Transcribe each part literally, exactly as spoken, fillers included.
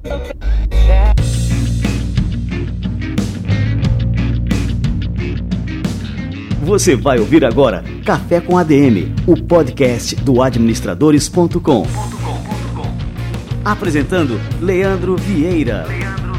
Você vai ouvir agora Café com A D M, o podcast do administradores ponto com. Apresentando Leandro Vieira.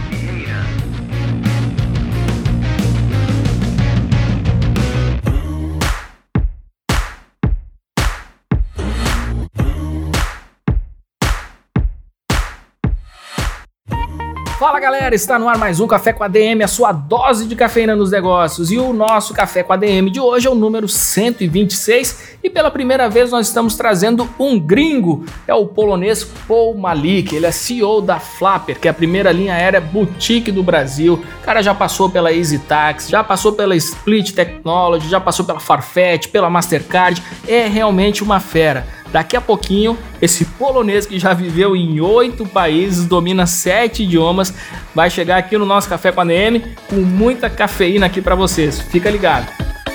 Fala galera, está no ar mais um Café com A D M, a sua dose de cafeína nos negócios. E o nosso Café com A D M de hoje é o número cento e vinte e seis e pela primeira vez nós estamos trazendo um gringo, é o polonês Paul Malik. Ele é C E O da Flapper, que é a primeira linha aérea boutique do Brasil. O cara já passou pela EasyTax, já passou pela Split Technology, já passou pela Farfetch, pela Mastercard. É realmente uma fera. Daqui a pouquinho, esse polonês que já viveu em oito países, domina sete idiomas, vai chegar aqui no nosso Café com A D M com muita cafeína aqui para vocês. Fica ligado.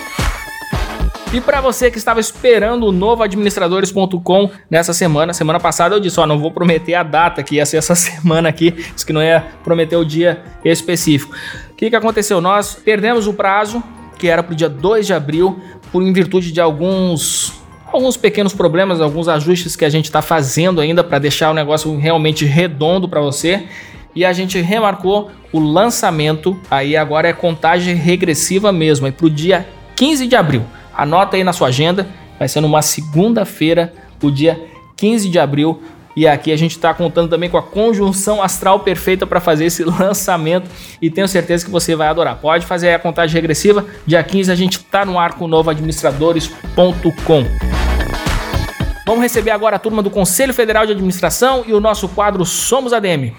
E para você que estava esperando o novo administradores ponto com nessa semana, semana passada eu disse, ó, não vou prometer a data que ia ser essa semana aqui, disse que não ia prometer o dia específico. O que, que aconteceu? Nós perdemos o prazo, que era para o dia dois de abril, por em virtude de alguns... alguns pequenos problemas, alguns ajustes que a gente está fazendo ainda para deixar o negócio realmente redondo para você. E a gente remarcou o lançamento, aí agora é contagem regressiva mesmo, é para o dia quinze de abril. Anota aí na sua agenda, vai ser numa segunda-feira, o dia quinze de abril. E aqui a gente está contando também com a conjunção astral perfeita para fazer esse lançamento e tenho certeza que você vai adorar. Pode fazer aí a contagem regressiva, dia quinze a gente está no ar com o novo administradores ponto com. Vamos receber agora a turma do Conselho Federal de Administração e o nosso quadro Somos A D M.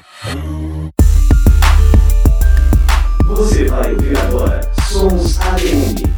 Você vai ouvir agora Somos A D M.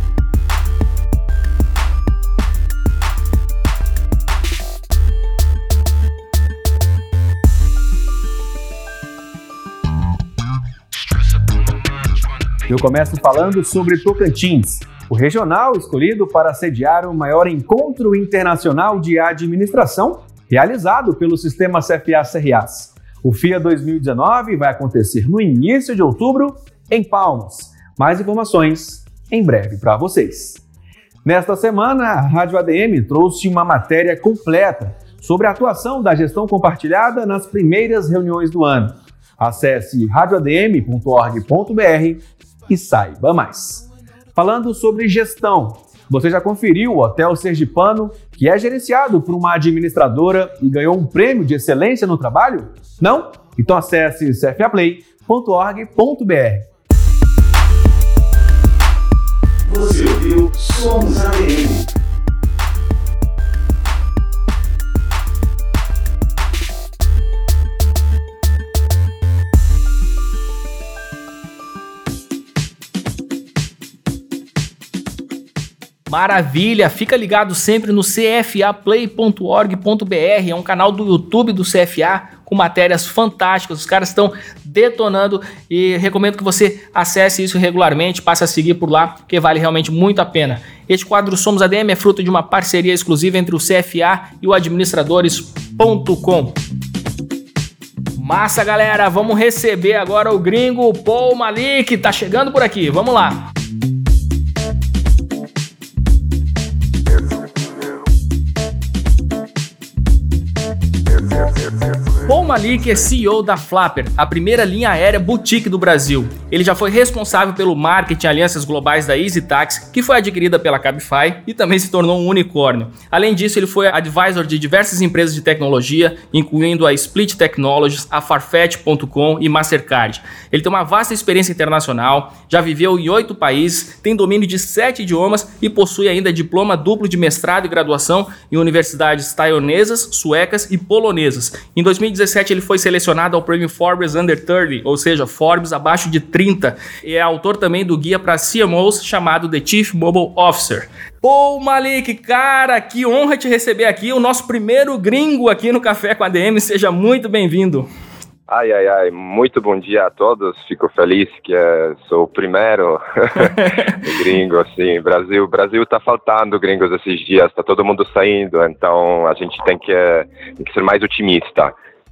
Eu começo falando sobre Tocantins, o regional escolhido para sediar o maior encontro internacional de administração realizado pelo sistema C F A-C R A S. O F I A dois mil e dezenove vai acontecer no início de outubro, em Palmas. Mais informações em breve para vocês. Nesta semana, a Rádio A D M trouxe uma matéria completa sobre a atuação da gestão compartilhada nas primeiras reuniões do ano. Acesse rádio a d m ponto org ponto b r e saiba mais. Falando sobre gestão, você já conferiu o Hotel Sergipano, que é gerenciado por uma administradora e ganhou um prêmio de excelência no trabalho? Não? Então acesse c f a play ponto org ponto b r. Você ouviu Somos A D M. Maravilha, fica ligado sempre no c f a play ponto org ponto b r, é um canal do YouTube do C F A com matérias fantásticas, os caras estão detonando e recomendo que você acesse isso regularmente, passe a seguir por lá, porque vale realmente muito a pena. Este quadro Somos A D M é fruto de uma parceria exclusiva entre o C F A e o administradores ponto com. Massa galera, vamos receber agora o gringo Paul Malik, tá chegando por aqui, vamos lá. Paul Malik é C E O da Flapper, a primeira linha aérea boutique do Brasil. Ele já foi responsável pelo marketing e alianças globais da EasyTax, que foi adquirida pela Cabify e também se tornou um unicórnio. Além disso, ele foi advisor de diversas empresas de tecnologia, incluindo a Split Technologies, a Farfetch ponto com e Mastercard. Ele tem uma vasta experiência internacional, já viveu em oito países, tem domínio de sete idiomas e possui ainda diploma duplo de mestrado e graduação em universidades taiwanesas, suecas e polonesas. Em dois mil e dezessete ele foi selecionado ao prêmio Forbes Under trinta, ou seja, Forbes abaixo de trinta, e é autor também do guia para C M Os chamado The Chief Mobile Officer. Paul Malik, cara, que honra te receber aqui, o nosso primeiro gringo aqui no Café com A D M, seja muito bem-vindo. Ai, ai, ai, muito bom dia a todos, fico feliz que é, sou o primeiro gringo, assim, Brasil, Brasil tá faltando gringos esses dias, tá todo mundo saindo, então a gente tem que, tem que ser mais otimista.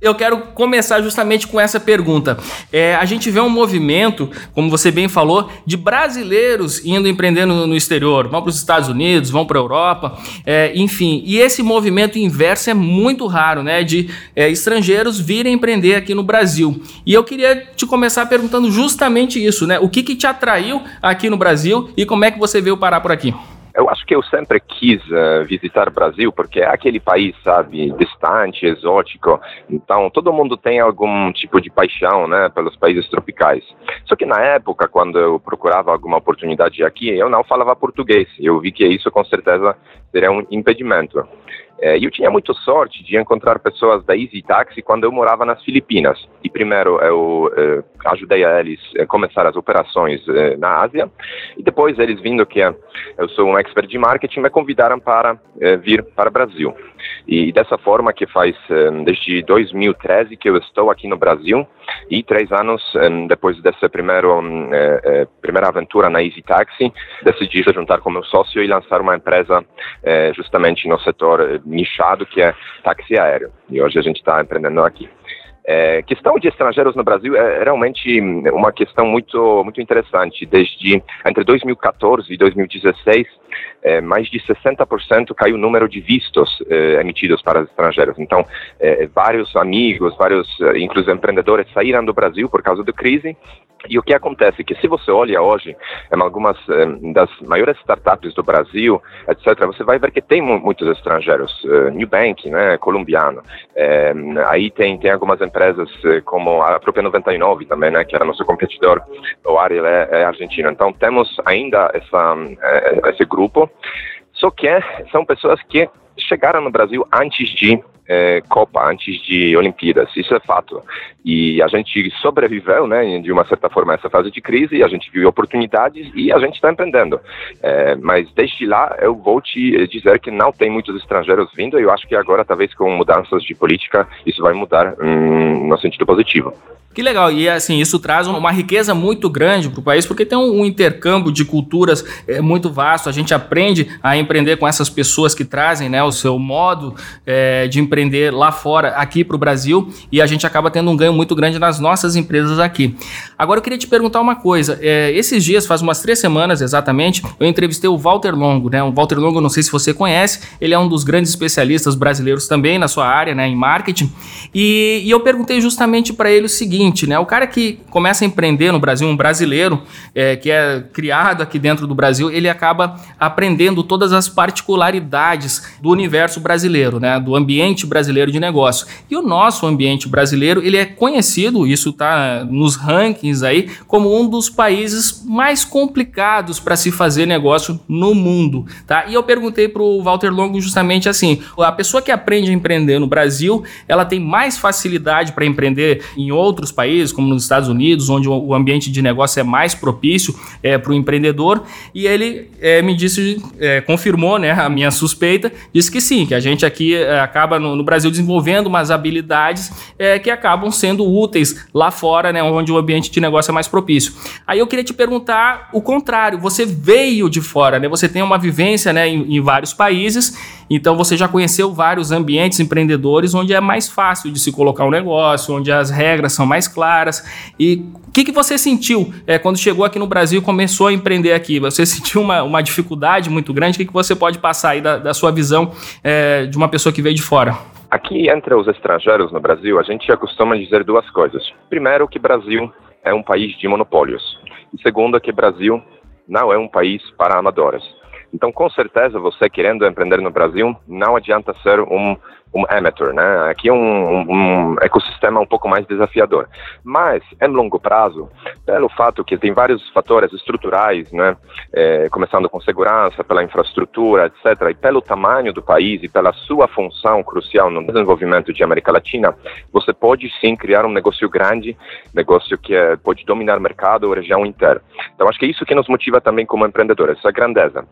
Eu quero começar justamente com essa pergunta. É, a gente vê um movimento, como você bem falou, de brasileiros indo empreender no, no exterior. Vão para os Estados Unidos, vão para a Europa, é, enfim. E esse movimento inverso é muito raro, né? De é, estrangeiros virem empreender aqui no Brasil. E eu queria te começar perguntando justamente isso, né? O que, que te atraiu aqui no Brasil e como é que você veio parar por aqui? Eu acho que eu sempre quis uh, visitar o Brasil porque é aquele país, sabe, distante, exótico. Então, todo mundo tem algum tipo de paixão, né, pelos países tropicais. Só que na época, quando eu procurava alguma oportunidade aqui, eu não falava português. Eu vi que isso, com certeza, seria um impedimento. E eu tinha muita sorte de encontrar pessoas da Easy Taxi quando eu morava nas Filipinas. E primeiro eu eh, ajudei a eles a começar as operações eh, na Ásia. E depois eles, vindo que eu sou um expert de marketing, me convidaram para eh, vir para o Brasil. E dessa forma que faz eh, desde dois mil e treze que eu estou aqui no Brasil. E três anos eh, depois dessa primeiro, eh, eh, primeira aventura na Easy Taxi, decidi se juntar com meu sócio e lançar uma empresa eh, justamente no setor eh, nichado, que é táxi aéreo. E hoje a gente está empreendendo aqui. É, questão de estrangeiros no Brasil é realmente uma questão muito, muito interessante. Desde entre dois mil e quatorze e dois mil e dezesseis, é, mais de sessenta por cento caiu o número de vistos é, emitidos para os estrangeiros. Então, é, vários amigos, vários, inclusive empreendedores, saíram do Brasil por causa da crise. E o que acontece é que, se você olha hoje em algumas um, das maiores startups do Brasil, etcétera, você vai ver que tem muitos estrangeiros. Uh, Nubank, né, colombiano. Um, aí tem, tem algumas empresas uh, como a própria noventa e nove também, né, que era nosso competidor. O Ariel é, é argentino. Então, temos ainda essa, uh, esse grupo. Só que são pessoas que chegaram no Brasil antes de É, Copa, antes de Olimpíadas, isso é fato. E a gente sobreviveu, né, de uma certa forma, a essa fase de crise, a gente viu oportunidades e a gente está empreendendo. É, mas desde lá, eu vou te dizer que não tem muitos estrangeiros vindo, e eu acho que agora, talvez com mudanças de política, isso vai mudar hum, no sentido positivo. Que legal, e assim, isso traz uma riqueza muito grande para o país, porque tem um, um intercâmbio de culturas é, muito vasto. A gente aprende a empreender com essas pessoas que trazem, né, o seu modo é, de empreender lá fora, aqui para o Brasil, e a gente acaba tendo um ganho muito grande nas nossas empresas aqui. Agora eu queria te perguntar uma coisa, é, esses dias, faz umas três semanas exatamente, eu entrevistei o Walter Longo, né? O Walter Longo, eu não sei se você conhece, ele é um dos grandes especialistas brasileiros também na sua área, né, em marketing, e, e eu perguntei justamente para ele o seguinte, né? O cara que começa a empreender no Brasil, um brasileiro é, que é criado aqui dentro do Brasil, ele acaba aprendendo todas as particularidades do universo brasileiro, né? Do ambiente brasileiro de negócio. E o nosso ambiente brasileiro, ele é conhecido, isso está nos rankings aí, como um dos países mais complicados para se fazer negócio no mundo, tá? E eu perguntei para o Walter Longo justamente assim, a pessoa que aprende a empreender no Brasil, ela tem mais facilidade para empreender em outros países, como nos Estados Unidos, onde o ambiente de negócio é mais propício é, para o empreendedor, e ele é, me disse, é, confirmou, né, a minha suspeita, disse que sim, que a gente aqui é, acaba no, no Brasil desenvolvendo umas habilidades é, que acabam sendo úteis lá fora, né, onde o ambiente de negócio é mais propício. Aí eu queria te perguntar o contrário, você veio de fora, né, você tem uma vivência, né, em, em vários países, então você já conheceu vários ambientes empreendedores onde é mais fácil de se colocar um negócio, onde as regras são mais claras. E o que, que você sentiu é, quando chegou aqui no Brasil e começou a empreender aqui? Você sentiu uma, uma dificuldade muito grande? O que, que você pode passar aí da, da sua visão é, de uma pessoa que veio de fora? Aqui, entre os estrangeiros no Brasil, a gente costuma dizer duas coisas. Primeiro, que o Brasil é um país de monopólios. E segundo, que o Brasil não é um país para amadores. Então, com certeza, você querendo empreender no Brasil, não adianta ser um, um amateur, né? Aqui é um, um, um ecossistema um pouco mais desafiador. Mas, em longo prazo, pelo fato que tem vários fatores estruturais, né? É, começando com segurança, pela infraestrutura, etcétera, e pelo tamanho do país e pela sua função crucial no desenvolvimento de América Latina, você pode sim criar um negócio grande, negócio que é, pode dominar o mercado ou a região inteira. Então, acho que é isso que nos motiva também como empreendedores, essa grandeza.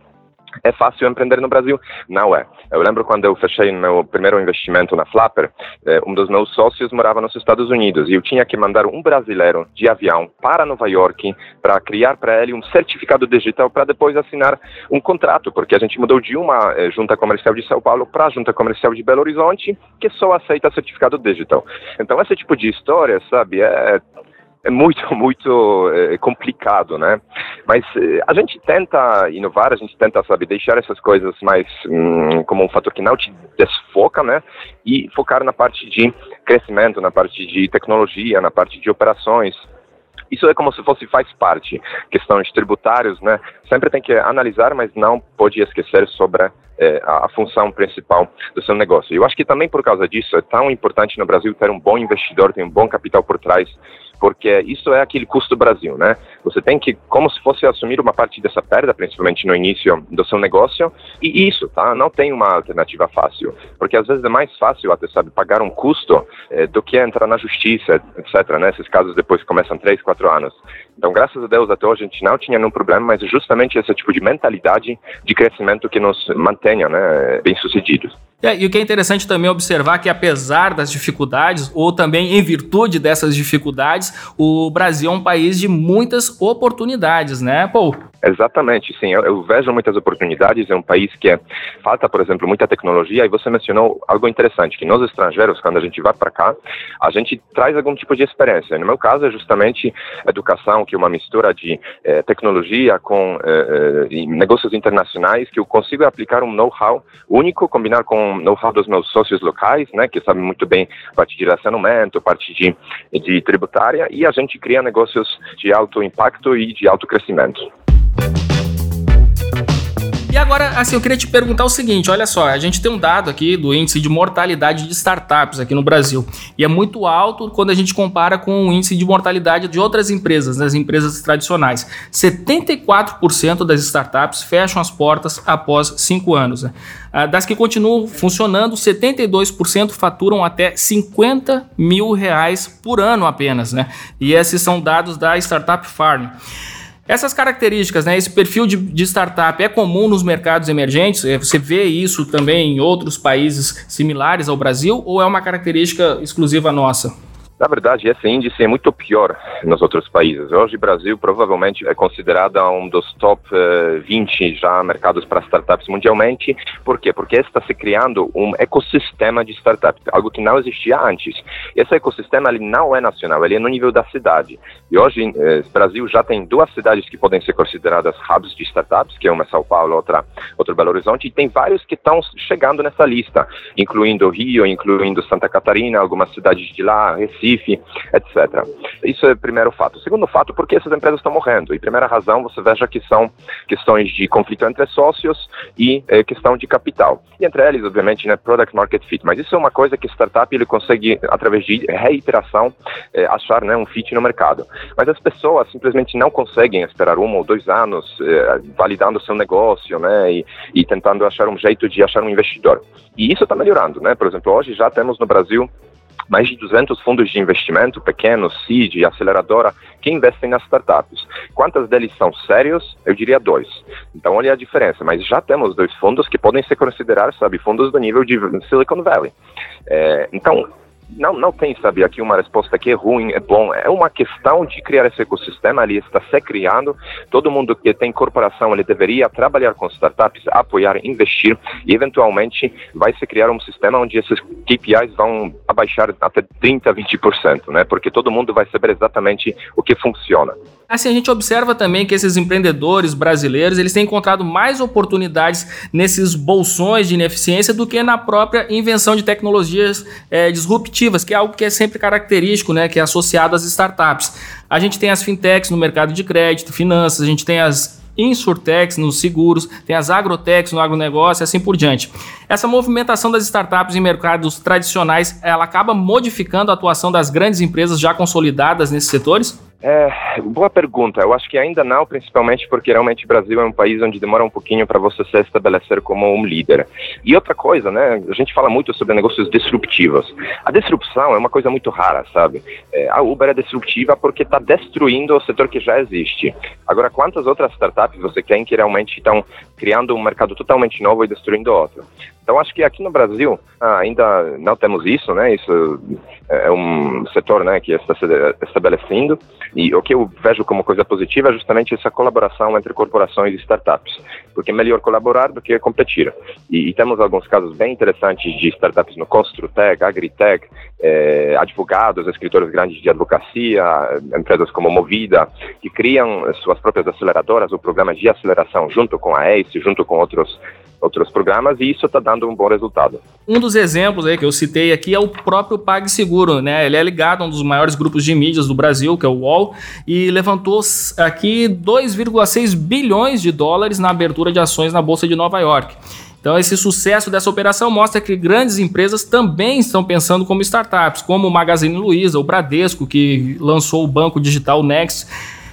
É fácil empreender no Brasil? Não é. Eu lembro quando eu fechei meu primeiro investimento na Flapper, um dos meus sócios morava nos Estados Unidos e eu tinha que mandar um brasileiro de avião para Nova York para criar para ele um certificado digital para depois assinar um contrato, porque a gente mudou de uma eh, junta comercial de São Paulo para a junta comercial de Belo Horizonte, que só aceita certificado digital. Então esse tipo de história, sabe, é... É muito, muito é, complicado, né? Mas é, a gente tenta inovar, a gente tenta, sabe, deixar essas coisas mais hum, como um fator que não te desfoca, né? E focar na parte de crescimento, na parte de tecnologia, na parte de operações. Isso é como se fosse, faz parte, questões tributárias, né? Sempre tem que analisar, mas não pode esquecer sobre é, a, a função principal do seu negócio. Eu acho que também por causa disso é tão importante no Brasil ter um bom investidor, ter um bom capital por trás, porque isso é aquele custo do Brasil, né? Você tem que, como se fosse assumir uma parte dessa perda, principalmente no início do seu negócio, e isso, tá? Não tem uma alternativa fácil, porque às vezes é mais fácil até, sabe, pagar um custo eh, do que entrar na justiça, etcétera, né? Esses casos depois começam três, quatro anos. Então, graças a Deus, até hoje a gente não tinha nenhum problema, mas é justamente esse tipo de mentalidade de crescimento que nos mantenha, né, bem-sucedidos. É, e o que é interessante também observar que, apesar das dificuldades, ou também em virtude dessas dificuldades, o Brasil é um país de muitas oportunidades, né, Paul? Exatamente, sim. Eu, eu vejo muitas oportunidades. É um país que é, falta, por exemplo, muita tecnologia. E você mencionou algo interessante, que nós estrangeiros, quando a gente vai para cá, a gente traz algum tipo de experiência. No meu caso, é justamente educação, que é uma mistura de eh, tecnologia com eh, eh, negócios internacionais, que eu consigo aplicar um know-how único, combinar com o know-how dos meus sócios locais, né, que sabem muito bem a parte de relacionamento, parte de, de tributária, e a gente cria negócios de alto impacto e de alto crescimento. E agora, assim, eu queria te perguntar o seguinte, olha só, a gente tem um dado aqui do índice de mortalidade de startups aqui no Brasil, e é muito alto quando a gente compara com o índice de mortalidade de outras empresas, das empresas tradicionais. setenta e quatro por cento das startups fecham as portas após cinco anos. Né? Das que continuam funcionando, setenta e dois por cento faturam até cinquenta mil reais por ano apenas, né? E esses são dados da Startup Farm. Essas características, né, esse perfil de, de startup é comum nos mercados emergentes? Você vê isso também em outros países similares ao Brasil ou é uma característica exclusiva nossa? Na verdade, esse índice é muito pior nos outros países. Hoje, o Brasil provavelmente é considerado um dos top uh, vinte já mercados para startups mundialmente. Por quê? Porque está se criando um ecossistema de startups, algo que não existia antes. Esse ecossistema ele não é nacional, ele é no nível da cidade. E hoje, uh, o Brasil já tem duas cidades que podem ser consideradas hubs de startups, que é uma São Paulo, outra, outra Belo Horizonte, e tem vários que estão chegando nessa lista, incluindo Rio, incluindo Santa Catarina, algumas cidades de lá, Recife, etcétera. Isso é o primeiro fato. O segundo fato, porque essas empresas estão morrendo. E primeira razão, você veja que são questões de conflito entre sócios e eh, questão de capital. E entre eles, obviamente, né, product market fit. Mas isso é uma coisa que startup ele consegue, através de reiteração, eh, achar, né, um fit no mercado. Mas as pessoas simplesmente não conseguem esperar um ou dois anos eh, validando seu negócio, né, e, e tentando achar um jeito de achar um investidor. E isso está melhorando, né? Por exemplo, hoje já temos no Brasil mais de duzentos fundos de investimento, pequenos, seed, aceleradora, que investem nas startups. Quantos deles são sérios? Eu diria dois. Então, olha a diferença. Mas já temos dois fundos que podem ser considerados, sabe, fundos do nível de Silicon Valley. É, então, não, não tem, sabe, aqui uma resposta que é ruim, é bom. É uma questão de criar esse ecossistema, ele está se criando. Todo mundo que tem corporação, ele deveria trabalhar com startups, apoiar, investir e, eventualmente, vai se criar um sistema onde esses K P Is vão abaixar até trinta, vinte por cento, né? Porque todo mundo vai saber exatamente o que funciona. Assim, a gente observa também que esses empreendedores brasileiros, eles têm encontrado mais oportunidades nesses bolsões de ineficiência do que na própria invenção de tecnologias é, disruptivas, que é algo que é sempre característico, né, que é associado às startups. A gente tem as fintechs no mercado de crédito, finanças, a gente tem as insurtechs nos seguros, tem as agrotechs no agronegócio e assim por diante. Essa movimentação das startups em mercados tradicionais, ela acaba modificando a atuação das grandes empresas já consolidadas nesses setores? É, boa pergunta. Eu acho que ainda não, principalmente porque realmente o Brasil é um país onde demora um pouquinho para você se estabelecer como um líder. E outra coisa, né? A gente fala muito sobre negócios disruptivos. A disrupção é uma coisa muito rara, sabe? É, a Uber é disruptiva porque está destruindo o setor que já existe. Agora, quantas outras startups você tem que realmente estão criando um mercado totalmente novo e destruindo outro? Então, acho que aqui no Brasil ah, ainda não temos isso, né? Isso é um setor, né, que está se estabelecendo. E o que eu vejo como coisa positiva é justamente essa colaboração entre corporações e startups, porque é melhor colaborar do que competir. E, e temos alguns casos bem interessantes de startups no Construtech, Agritech, eh, advogados, escritórios grandes de advocacia, empresas como Movida, que criam suas próprias aceleradoras ou programas de aceleração junto com a ACE, junto com outros outros programas, e isso está dando um bom resultado. Um dos exemplos aí que eu citei aqui é o próprio PagSeguro, né? Ele é ligado a um dos maiores grupos de mídias do Brasil, que é o U O L, e levantou aqui dois vírgula seis bilhões de dólares na abertura de ações na Bolsa de Nova York. Então, esse sucesso dessa operação mostra que grandes empresas também estão pensando como startups, como o Magazine Luiza, o Bradesco, que lançou o banco digital Next.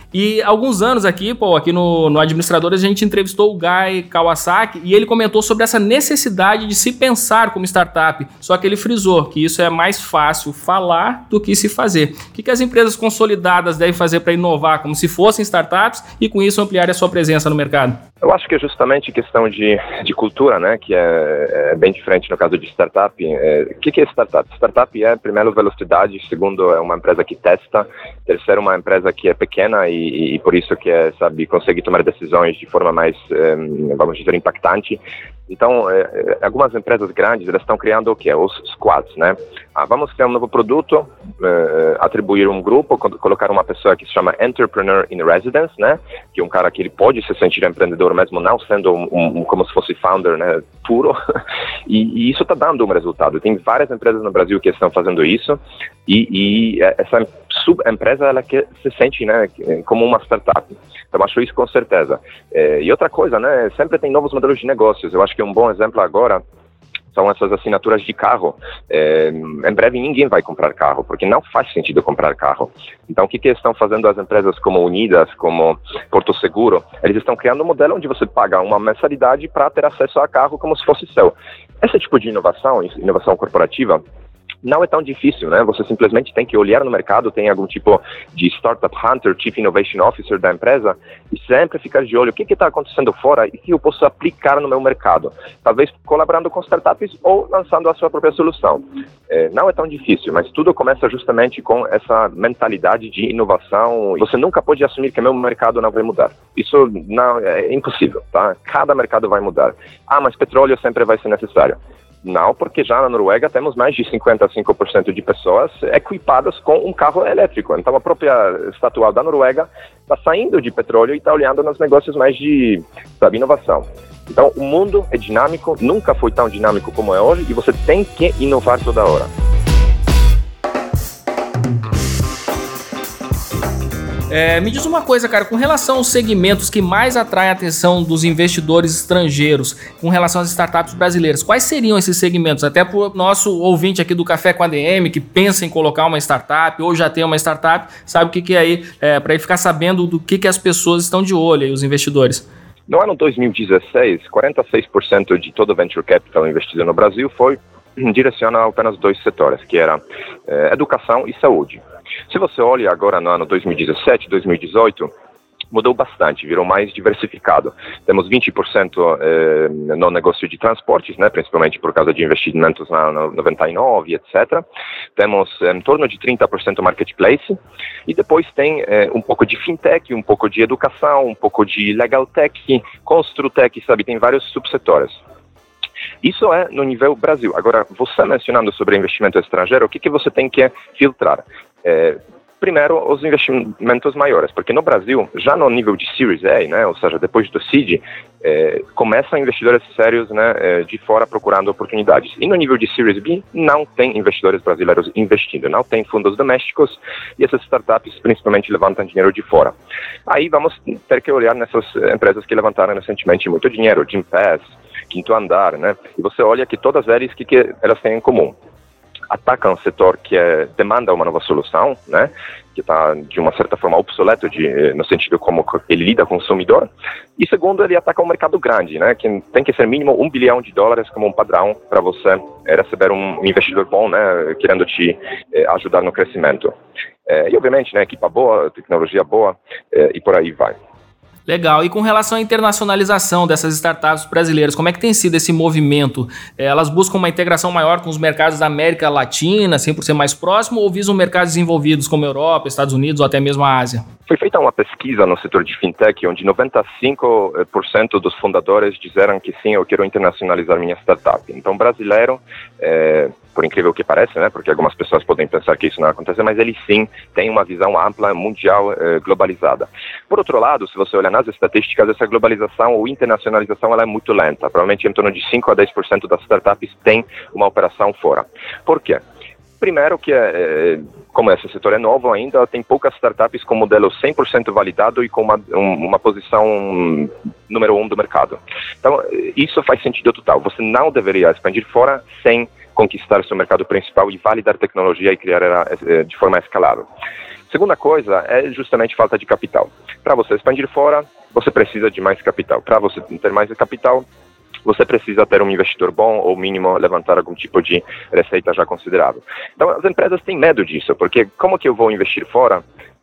E alguns anos aqui, pô, aqui no, no Administradores, a gente entrevistou o Guy Kawasaki e ele comentou sobre essa necessidade de se pensar como startup, só que ele frisou que isso é mais fácil falar do que se fazer. O que, que as empresas consolidadas devem fazer para inovar como se fossem startups e com isso ampliar a sua presença no mercado? Eu acho que é justamente questão de, de cultura, né, que é, é bem diferente no caso de startup. É, o que, que é startup? Startup é, primeiro, velocidade, segundo, é uma empresa que testa, terceiro, uma empresa que é pequena e E, e por isso que é, sabe, consegue tomar decisões de forma mais, um, vamos dizer, impactante. Então, é, algumas empresas grandes, elas estão criando o quê? Os squads, né? Ah, vamos criar um novo produto, é, atribuir um grupo, colocar uma pessoa que se chama Entrepreneur in Residence, né? Que é um cara que ele pode se sentir empreendedor mesmo não sendo um, um, como se fosse founder, né? Puro. E, e isso está dando um resultado. Tem várias empresas no Brasil que estão fazendo isso e, e essa subempresa, ela que se sente, né, como uma startup. Então, acho isso com certeza. É, e outra coisa, né, sempre tem novos modelos de negócios. Eu acho que um bom exemplo agora são essas assinaturas de carro. É, em breve ninguém vai comprar carro, porque não faz sentido comprar carro. Então, o que, que estão fazendo as empresas como Unidas, como Porto Seguro? Eles estão criando um modelo onde você paga uma mensalidade para ter acesso a carro como se fosse seu. Esse tipo de inovação, inovação corporativa, não é tão difícil, né? Você simplesmente tem que olhar no mercado, tem algum tipo de Startup Hunter, Chief Innovation Officer da empresa e sempre ficar de olho o que está acontecendo fora e que eu posso aplicar no meu mercado. Talvez colaborando com startups ou lançando a sua própria solução. É, não é tão difícil, mas tudo começa justamente com essa mentalidade de inovação. Você nunca pode assumir que meu mercado não vai mudar. Isso não, é impossível, tá? Cada mercado vai mudar. Ah, mas petróleo sempre vai ser necessário. Não, porque já na Noruega temos mais de cinquenta e cinco por cento de pessoas equipadas com um carro elétrico. Então a própria estatal da Noruega está saindo de petróleo e está olhando nos negócios mais de, sabe, inovação. Então o mundo é dinâmico, nunca foi tão dinâmico como é hoje e você tem que inovar toda hora. É, me diz uma coisa, cara, com relação aos segmentos que mais atraem a atenção dos investidores estrangeiros, com relação às startups brasileiras, quais seriam esses segmentos? Até para o nosso ouvinte aqui do Café com a D M, que pensa em colocar uma startup ou já tem uma startup, sabe o que, que é aí, é, para ele ficar sabendo do que, que as pessoas estão de olho aí, os investidores. No ano dois mil e dezesseis, quarenta e seis por cento de todo o venture capital investido no Brasil foi direciona apenas dois setores, que era eh, educação e saúde. Se você olha agora no ano dois mil e dezessete, dois mil e dezoito, mudou bastante, virou mais diversificado. Temos vinte por cento eh, no negócio de transportes, né, principalmente por causa de investimentos na noventa e nove, etcétera. Temos em torno de trinta por cento marketplace e depois tem eh, um pouco de fintech, um pouco de educação, um pouco de legal tech, construtech, sabe, tem vários subsetores. Isso é no nível Brasil. Agora, você mencionando sobre investimento estrangeiro, o que, que você tem que filtrar? É, primeiro, os investimentos maiores, porque no Brasil, já no nível de Series A, né, ou seja, depois do Seed, é, começam investidores sérios, né, de fora procurando oportunidades. E no nível de Series B, não tem investidores brasileiros investindo, não tem fundos domésticos e essas startups principalmente levantam dinheiro de fora. Aí vamos ter que olhar nessas empresas que levantaram recentemente muito dinheiro, Gympass, Quinto Andar, né? E você olha que todas elas, que, que elas têm em comum? ataca um setor que é, demanda uma nova solução, né? Que está, de uma certa forma, obsoleto de, no sentido como ele lida com o consumidor. E segundo, ele ataca um mercado grande, né? Que tem que ser mínimo um bilhão de dólares como um padrão para você é, receber um investidor bom, né? Querendo te é, ajudar no crescimento. É, e, obviamente, né? Equipa boa, tecnologia boa é, e por aí vai. Legal. E com relação à internacionalização dessas startups brasileiras, como é que tem sido esse movimento? Elas buscam uma integração maior com os mercados da América Latina, assim, por ser mais próximo, ou visam mercados desenvolvidos como Europa, Estados Unidos ou até mesmo a Ásia? Foi feita uma pesquisa no setor de fintech, onde noventa e cinco por cento dos fundadores disseram que sim, eu quero internacionalizar minha startup. Então, brasileiro, é, por incrível que pareça, né, porque algumas pessoas podem pensar que isso não acontece, mas ele sim tem uma visão ampla, mundial, é, globalizada. Por outro lado, se você olhar nas estatísticas, essa globalização ou internacionalização ela é muito lenta. Provavelmente em torno de cinco a dez por cento das startups tem uma operação fora. Por quê? Primeiro que, é, como esse setor é novo ainda, tem poucas startups com modelo cem por cento validado e com uma, uma posição número um do mercado. Então, isso faz sentido total. Você não deveria expandir fora sem conquistar seu mercado principal e validar tecnologia e criar ela de forma escalável. Segunda coisa é justamente falta de capital. Para você expandir fora, você precisa de mais capital. Para você ter mais capital, você precisa ter um investidor bom ou, mínimo, levantar algum tipo de receita já considerável. Então, as empresas têm medo disso, porque como que eu vou investir fora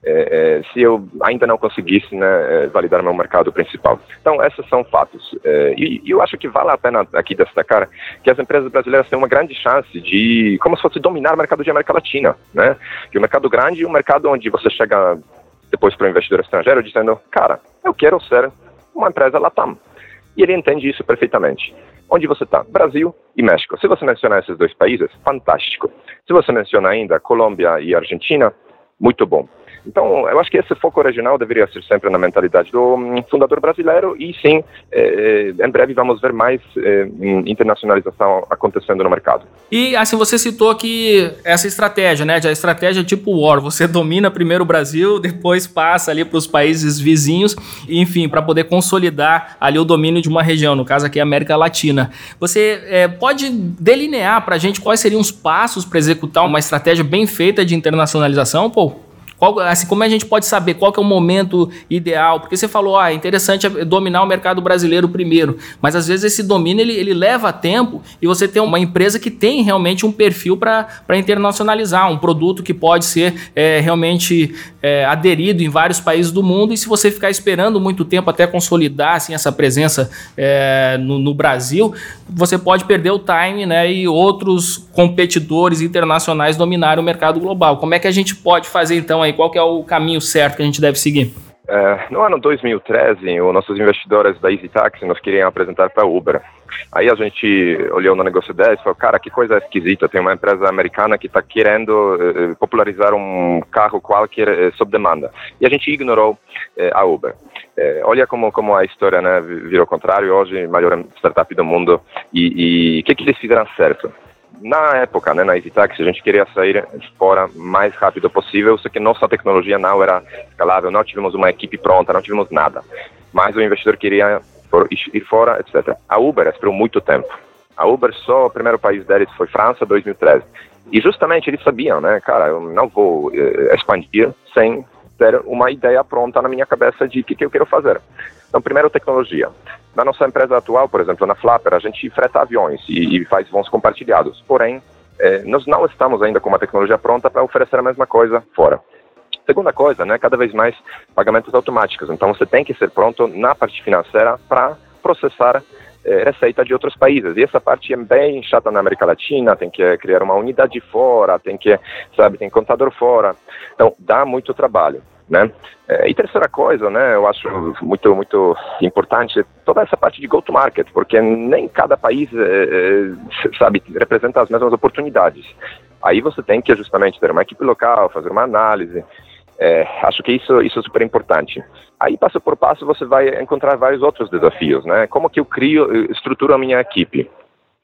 é, é, se eu ainda não conseguisse, né, validar meu mercado principal? Então, esses são fatos. É, e, e eu acho que vale a pena aqui destacar que as empresas brasileiras têm uma grande chance de, como se fosse dominar o mercado de América Latina, né? Que o mercado grande é um mercado onde você chega depois para o investidor estrangeiro dizendo, cara, eu quero ser uma empresa Latam. E ele entende isso perfeitamente. Onde você está? Brasil e México. Se você mencionar esses dois países, fantástico. Se você menciona ainda Colômbia e Argentina, muito bom. Então, eu acho que esse foco regional deveria ser sempre na mentalidade do fundador brasileiro e, sim, eh, em breve vamos ver mais eh, internacionalização acontecendo no mercado. E, assim, você citou que essa estratégia, né, a estratégia tipo War, você domina primeiro o Brasil, depois passa ali para os países vizinhos, enfim, para poder consolidar ali o domínio de uma região, no caso aqui a América Latina. Você eh, pode delinear para a gente quais seriam os passos para executar uma estratégia bem feita de internacionalização, Paul? Qual, assim, como a gente pode saber qual que é o momento ideal? Porque você falou, ah, é interessante dominar o mercado brasileiro primeiro, mas às vezes esse domínio ele, ele leva tempo e você tem uma empresa que tem realmente um perfil para internacionalizar, um produto que pode ser é, realmente é, aderido em vários países do mundo, e se você ficar esperando muito tempo até consolidar assim, essa presença é, no, no Brasil, você pode perder o time, né, e outros competidores internacionais dominarem o mercado global. Como é que a gente pode fazer então aí? Qual que é o caminho certo que a gente deve seguir? É, no ano dois mil e treze, os nossos investidores da Easy Taxi nos queriam apresentar para a Uber. Aí a gente olhou no negócio deles e falou, cara, que coisa esquisita, tem uma empresa americana que está querendo eh, popularizar um carro qualquer eh, sob demanda. E a gente ignorou eh, a Uber. Eh, olha como, como a história, né, virou ao contrário, hoje, maior startup do mundo. E o que, que eles fizeram certo? Na época, né, na Easy Taxi, a gente queria sair fora o mais rápido possível, só que nossa tecnologia não era escalável, não tivemos uma equipe pronta, não tivemos nada. Mas o investidor queria ir fora, etcétera. A Uber esperou muito tempo. A Uber, só o primeiro país deles foi França, dois mil e treze. E justamente eles sabiam, né, cara, eu não vou eh, expandir sem ter uma ideia pronta na minha cabeça de o que, que eu quero fazer. Então, primeiro, tecnologia. Na nossa empresa atual, por exemplo, na Flapper, a gente freta aviões e, e faz voos compartilhados. Porém, eh, nós não estamos ainda com uma tecnologia pronta para oferecer a mesma coisa fora. Segunda coisa, né, cada vez mais pagamentos automáticos. Então, você tem que ser pronto na parte financeira para processar eh, receita de outros países. E essa parte é bem chata na América Latina, tem que criar uma unidade fora, tem que, sabe, tem contador fora. Então, dá muito trabalho, né? E terceira coisa, né, eu acho muito, muito importante toda essa parte de go-to-market, porque nem cada país, é, sabe, representa as mesmas oportunidades. Aí você tem que justamente ter uma equipe local, fazer uma análise. É, acho que isso, isso é super importante. Aí, passo por passo, você vai encontrar vários outros desafios, né? Como que eu crio, estruturo a minha equipe?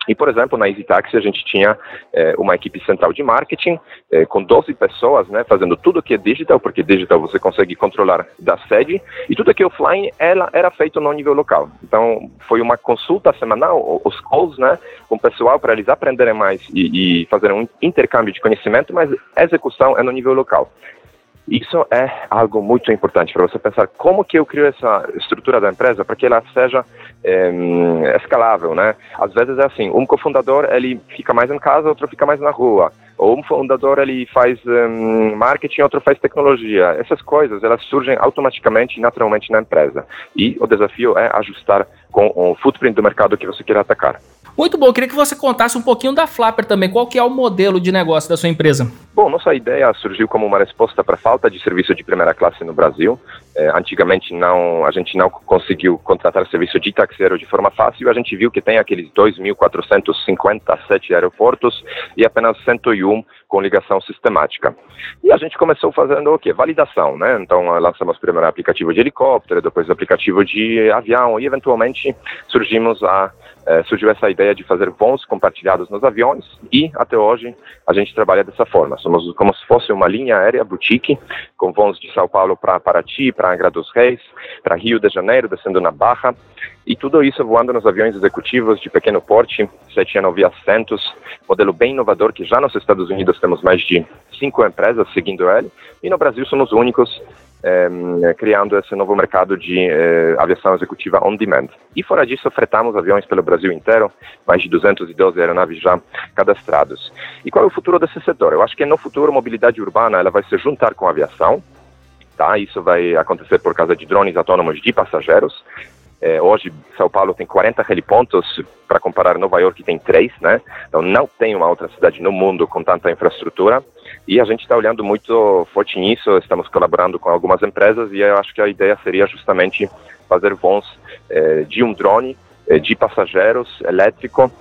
E, por exemplo, na EasyTaxi a gente tinha eh, uma equipe central de marketing eh, com doze pessoas, né, fazendo tudo que é digital, porque digital você consegue controlar da sede, e tudo que é offline ela, era feito no nível local. Então, foi uma consulta semanal, os calls, né, com o pessoal para eles aprenderem mais e, e fazer um intercâmbio de conhecimento, mas a execução é no nível local. Isso é algo muito importante para você pensar como que eu crio essa estrutura da empresa para que ela seja é, escalável, né? Às vezes é assim, um cofundador ele fica mais em casa, outro fica mais na rua. Ou um fundador ele faz um, marketing, outro faz tecnologia. Essas coisas elas surgem automaticamente e naturalmente na empresa. E o desafio é ajustar com o footprint do mercado que você quer atacar. Muito bom, eu queria que você contasse um pouquinho da Flapper também. Qual que é o modelo de negócio da sua empresa? Bom, nossa ideia surgiu como uma resposta para a falta de serviço de primeira classe no Brasil. É, antigamente não, a gente não conseguiu contratar serviço de taxeiro de forma fácil. A gente viu que tem aqueles dois mil quatrocentos e cinquenta e sete aeroportos e apenas cento e um com ligação sistemática. E a gente começou fazendo o quê? Validação, né? Então lançamos primeiro o aplicativo de helicóptero, depois o aplicativo de avião e eventualmente surgimos a, eh, surgiu essa ideia de fazer voos compartilhados nos aviões e até hoje a gente trabalha dessa forma. Somos como se fosse uma linha aérea boutique com voos de São Paulo para Paraty, para Angra dos Reis, para Rio de Janeiro, descendo na Barra. E tudo isso voando nos aviões executivos de pequeno porte, sete a nove assentos, modelo bem inovador que já nos Estados Unidos temos mais de cinco empresas seguindo ele, e no Brasil somos únicos eh, criando esse novo mercado de eh, aviação executiva on demand. E fora disso, fretamos aviões pelo Brasil inteiro, mais de duzentas e doze aeronaves já cadastrados. E qual é o futuro desse setor? Eu acho que no futuro a mobilidade urbana ela vai se juntar com a aviação, tá? Isso vai acontecer por causa de drones autônomos de passageiros. É, hoje, São Paulo tem quarenta helipontos, para comparar Nova York tem três, né? Então não tem uma outra cidade no mundo com tanta infraestrutura e a gente está olhando muito forte nisso, estamos colaborando com algumas empresas e eu acho que a ideia seria justamente fazer voos é, de um drone, é, de passageiros, elétrico,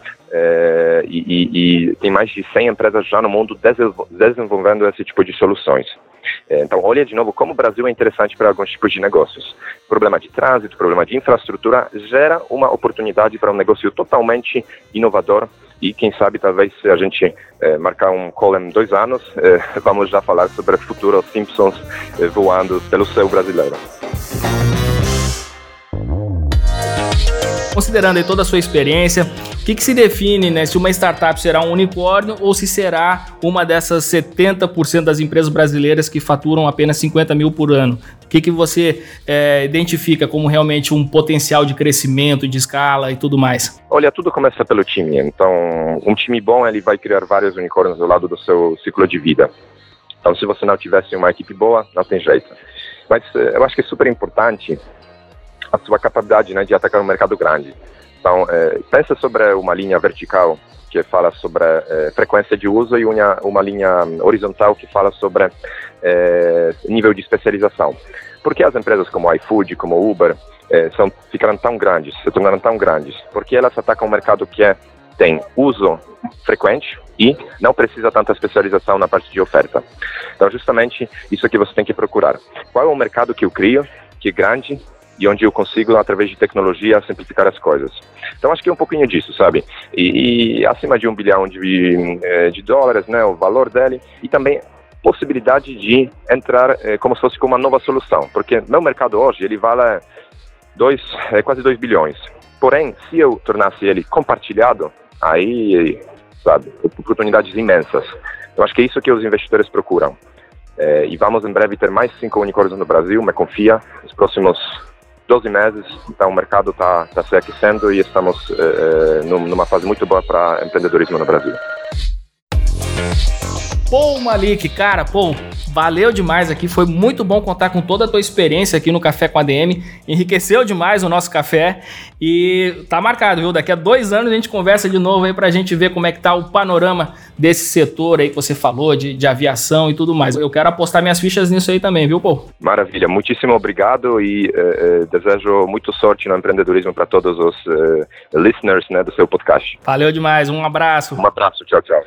é, e, e, e tem mais de cem empresas já no mundo desenvolvendo esse tipo de soluções. Então, olha de novo como o Brasil é interessante para alguns tipos de negócios. Problema de trânsito, problema de infraestrutura, gera uma oportunidade para um negócio totalmente inovador e, quem sabe, talvez se a gente eh, marcar um call em dois anos, eh, vamos já falar sobre o futuro Simpsons eh, voando pelo céu brasileiro. Considerando aí toda a sua experiência, o que, que se define, né, se uma startup será um unicórnio ou se será uma dessas setenta por cento das empresas brasileiras que faturam apenas cinquenta mil por ano? O que, que você é, identifica como realmente um potencial de crescimento, de escala e tudo mais? Olha, tudo começa pelo time. Então, um time bom ele vai criar vários unicórnios ao lado do seu ciclo de vida. Então, se você não tivesse uma equipe boa, não tem jeito. Mas eu acho que é super importante a sua capacidade, né, de atacar um mercado grande. Então, é, pensa sobre uma linha vertical que fala sobre é, frequência de uso e uma, uma linha horizontal que fala sobre é, nível de especialização. Por que as empresas como iFood, como Uber, é, são, ficaram tão grandes, se tornaram tão grandes? Porque elas atacam um mercado que é, tem uso frequente e não precisa tanta especialização na parte de oferta. Então, justamente isso que você tem que procurar. Qual é o mercado que eu crio, que é grande, e onde eu consigo, através de tecnologia, simplificar as coisas. Então, acho que é um pouquinho disso, sabe? E, e acima de um bilhão de, de dólares, né, o valor dele, e também possibilidade de entrar eh, como se fosse com uma nova solução, porque meu mercado hoje, ele vale dois, eh, quase dois bilhões. Porém, se eu tornasse ele compartilhado, aí, sabe, oportunidades imensas. Então, acho que é isso que os investidores procuram. Eh, e vamos em breve ter mais cinco unicórnios no Brasil, me confia, nos próximos doze meses, então o mercado está tá se aquecendo e estamos eh, numa fase muito boa para empreendedorismo no Brasil. Paul Malik, cara, Paul, valeu demais aqui, foi muito bom contar com toda a tua experiência aqui no Café com a D M, enriqueceu demais o nosso café e tá marcado, viu? Daqui a dois anos a gente conversa de novo aí pra gente ver como é que tá o panorama desse setor aí que você falou, de, de aviação e tudo mais. Eu quero apostar minhas fichas nisso aí também, viu, Paul? Maravilha, muitíssimo obrigado e eh, desejo muito sorte no empreendedorismo para todos os eh, listeners, né, do seu podcast. Valeu demais, um abraço. Um abraço, tchau, tchau.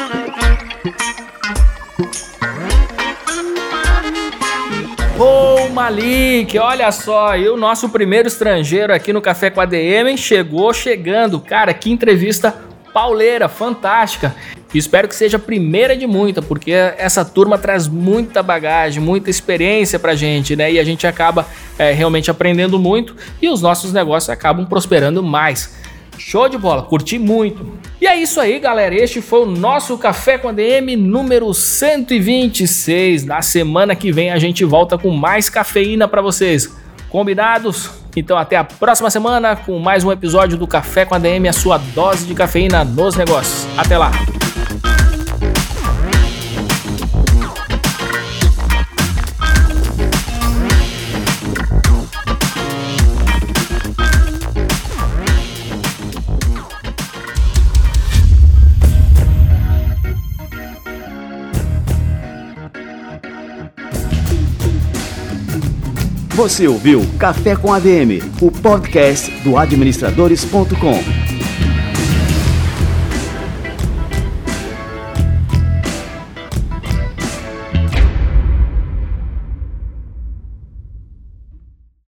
Paul Malik, olha só, e o nosso primeiro estrangeiro aqui no Café com a D M chegou chegando. Cara, que entrevista pauleira, fantástica. Espero que seja a primeira de muita, porque essa turma traz muita bagagem, muita experiência pra gente, né? E a gente acaba é, realmente aprendendo muito e os nossos negócios acabam prosperando mais. Show de bola, curti muito. E é isso aí, galera, este foi o nosso Café com a D M número cento e vinte e seis. Na semana que vem a gente volta com mais cafeína para vocês. Combinados? Então até a próxima semana com mais um episódio do Café com a D M, a sua dose de cafeína nos negócios. Até lá! Você ouviu Café com A D M, o podcast do administradores ponto com.